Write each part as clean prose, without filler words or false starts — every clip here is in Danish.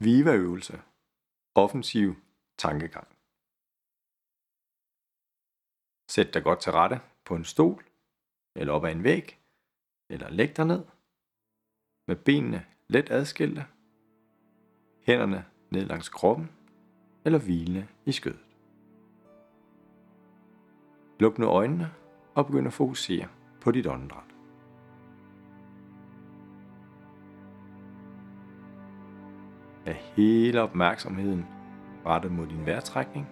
Viva-øvelse. Offensiv tankegang. Sæt dig godt til rette på en stol, eller op ad en væg, eller læg dig ned, med benene let adskilte, hænderne ned langs kroppen, eller hvilende i skødet. Luk nu øjnene og begynd at fokusere på dit åndedræt. Have hele opmærksomheden rettet mod din vejrtrækning,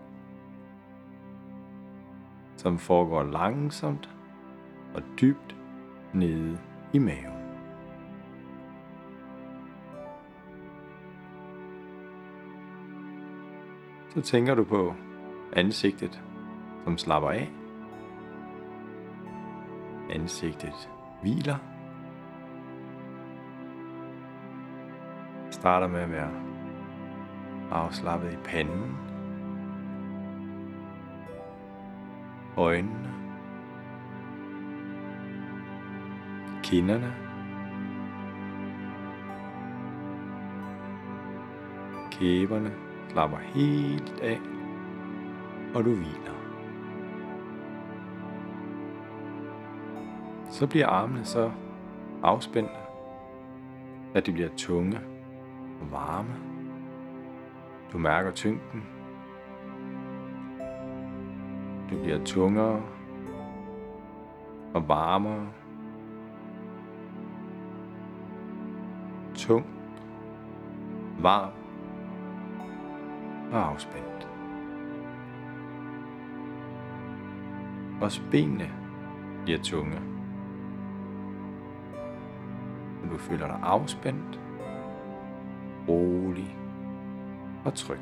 som foregår langsomt og dybt nede i maven. Så tænker du på ansigtet, som slapper af. Ansigtet hviler. Starter med at være afslappet i panden, øjnene, kinderne, kæberne slapper helt af, og du hviler. Så bliver armene så afspændte, at de bliver tunge og varme. Du mærker tyngden. Det bliver tungere og varmere. Tung, varm og afspændt. Også benene bliver tunge. Du føler dig afspændt, rolig og tryg.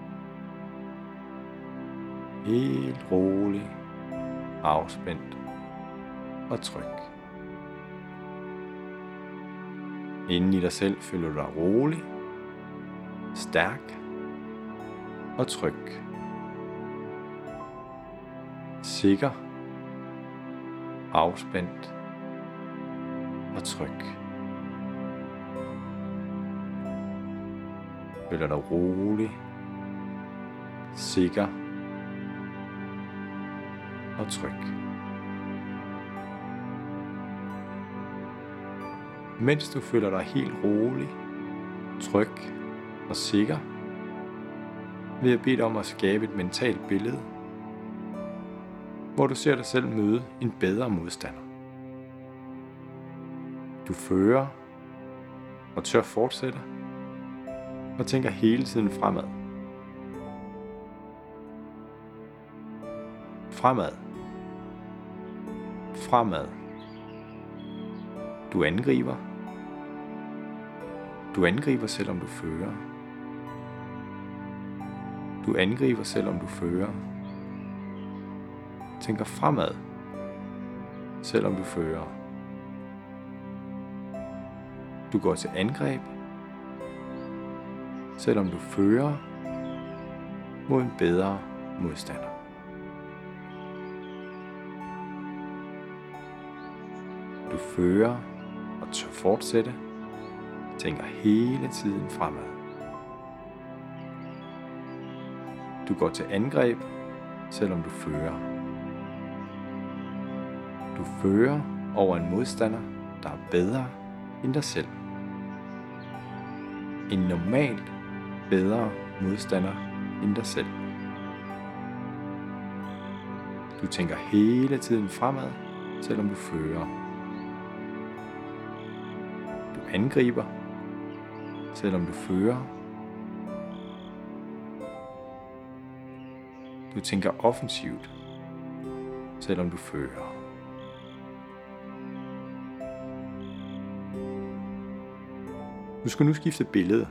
Helt rolig, afspændt og tryg. Inden i dig selv føler du dig rolig, stærk og tryg. Sikker, afspændt og tryg. Føler dig rolig, sikker og tryg. Mens du føler dig helt rolig, tryg og sikker, vil jeg bede dig om at skabe et mentalt billede, hvor du ser dig selv møde en bedre modstander. Du fører og tør fortsætte, og tænker hele tiden fremad. Fremad. Fremad. Du angriber. Du angriber, selvom du fører. Du angriber, selvom du fører. Tænker fremad, selvom du fører. Du går til angreb, selvom du fører mod en bedre modstander. Du fører og tør fortsætte, tænker hele tiden fremad. Du går til angreb, selvom du fører. Du fører over en modstander, der er bedre end dig selv. En normalt bedre modstander end dig selv. Du tænker hele tiden fremad, selvom du fører. Du angriber, selvom du fører. Du tænker offensivt, selvom du fører. Du skal nu skifte billede.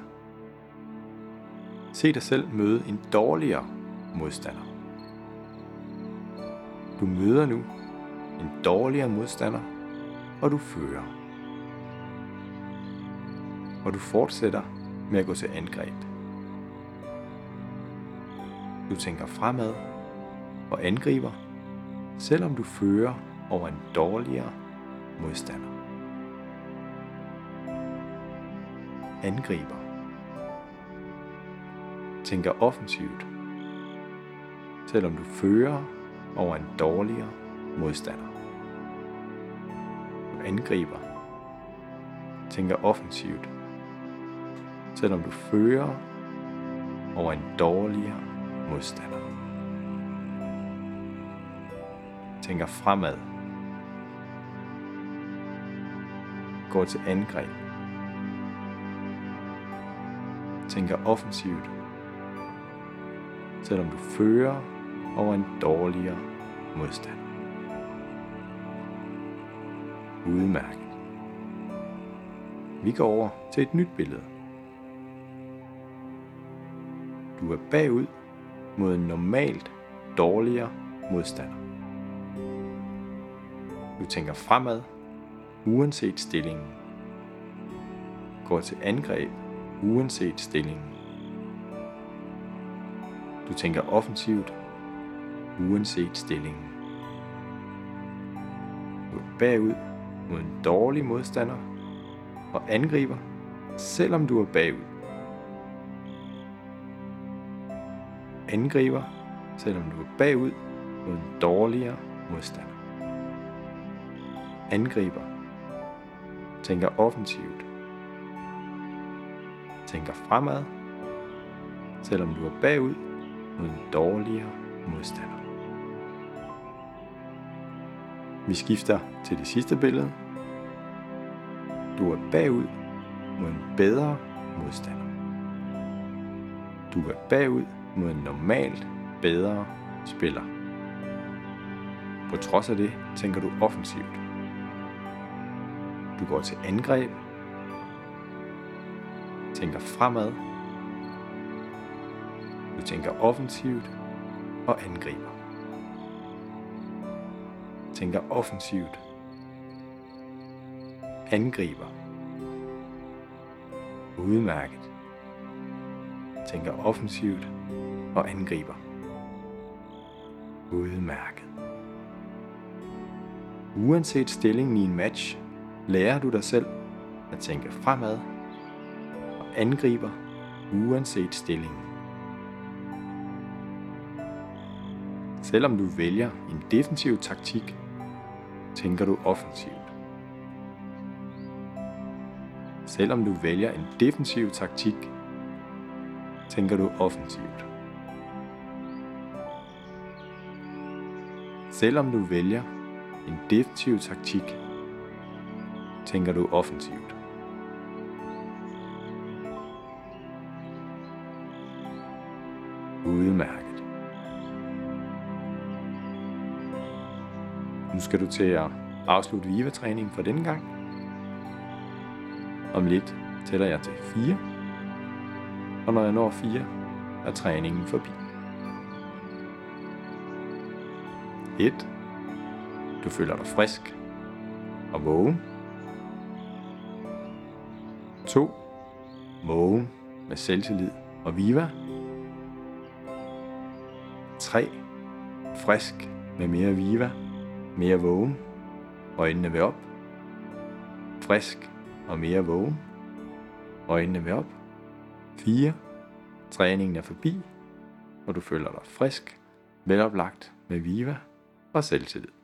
Se dig selv møde en dårligere modstander. Du møder nu en dårligere modstander, og du fører. Og du fortsætter med at gå til angreb. Du tænker fremad og angriber, selvom du fører over en dårligere modstander. Angriber. tænker offensivt, selvom du fører over en dårligere modstander. Du angriber, tænker offensivt, selvom du fører over en dårligere modstander. Tænker fremad, går til angreb, tænker offensivt, selvom du fører over en dårligere modstander. Udmærket. Vi går over til et nyt billede. Du er bagud mod en normalt dårligere modstander. Du tænker fremad, uanset stillingen. Går til angreb, uanset stillingen. Du tænker offensivt, uanset stillingen. Du er bagud mod en dårlig modstander og angriber, selvom du er bagud. Angriber, selvom du er bagud mod en dårligere modstander. Angriber, tænker offensivt, tænker fremad, selvom du er bagud mod en dårligere modstander. Vi skifter til det sidste billede. Du er bagud mod en bedre modstander. Du er bagud mod en normalt bedre spiller. På trods af det tænker du offensivt. Du går til angreb, tænker fremad, du tænker offensivt og angriber. Tænker offensivt, angriber. Udmærket. Tænker offensivt og angriber. Udmærket. Uanset stillingen i en match, lærer du dig selv at tænke fremad og angriber uanset stillingen. Selvom du vælger en defensiv taktik, tænker du offensivt. Selvom du vælger en defensiv taktik, tænker du offensivt. Selvom du vælger en defensiv taktik, tænker du offensivt. Udmærket. Nu skal du til at afslutte Viva-træningen for denne gang. Om lidt tæller jeg til 4, og når jeg når 4, er træningen forbi. 1. Du føler dig frisk og vågen. 2. Vågen med selvtillid og viva. 3. Frisk med mere viva, mere vågen, øjnene vil op. Frisk og mere vågen, øjnene vil op. 4. Træningen er forbi, og du føler dig frisk, veloplagt med viva og selvtillid.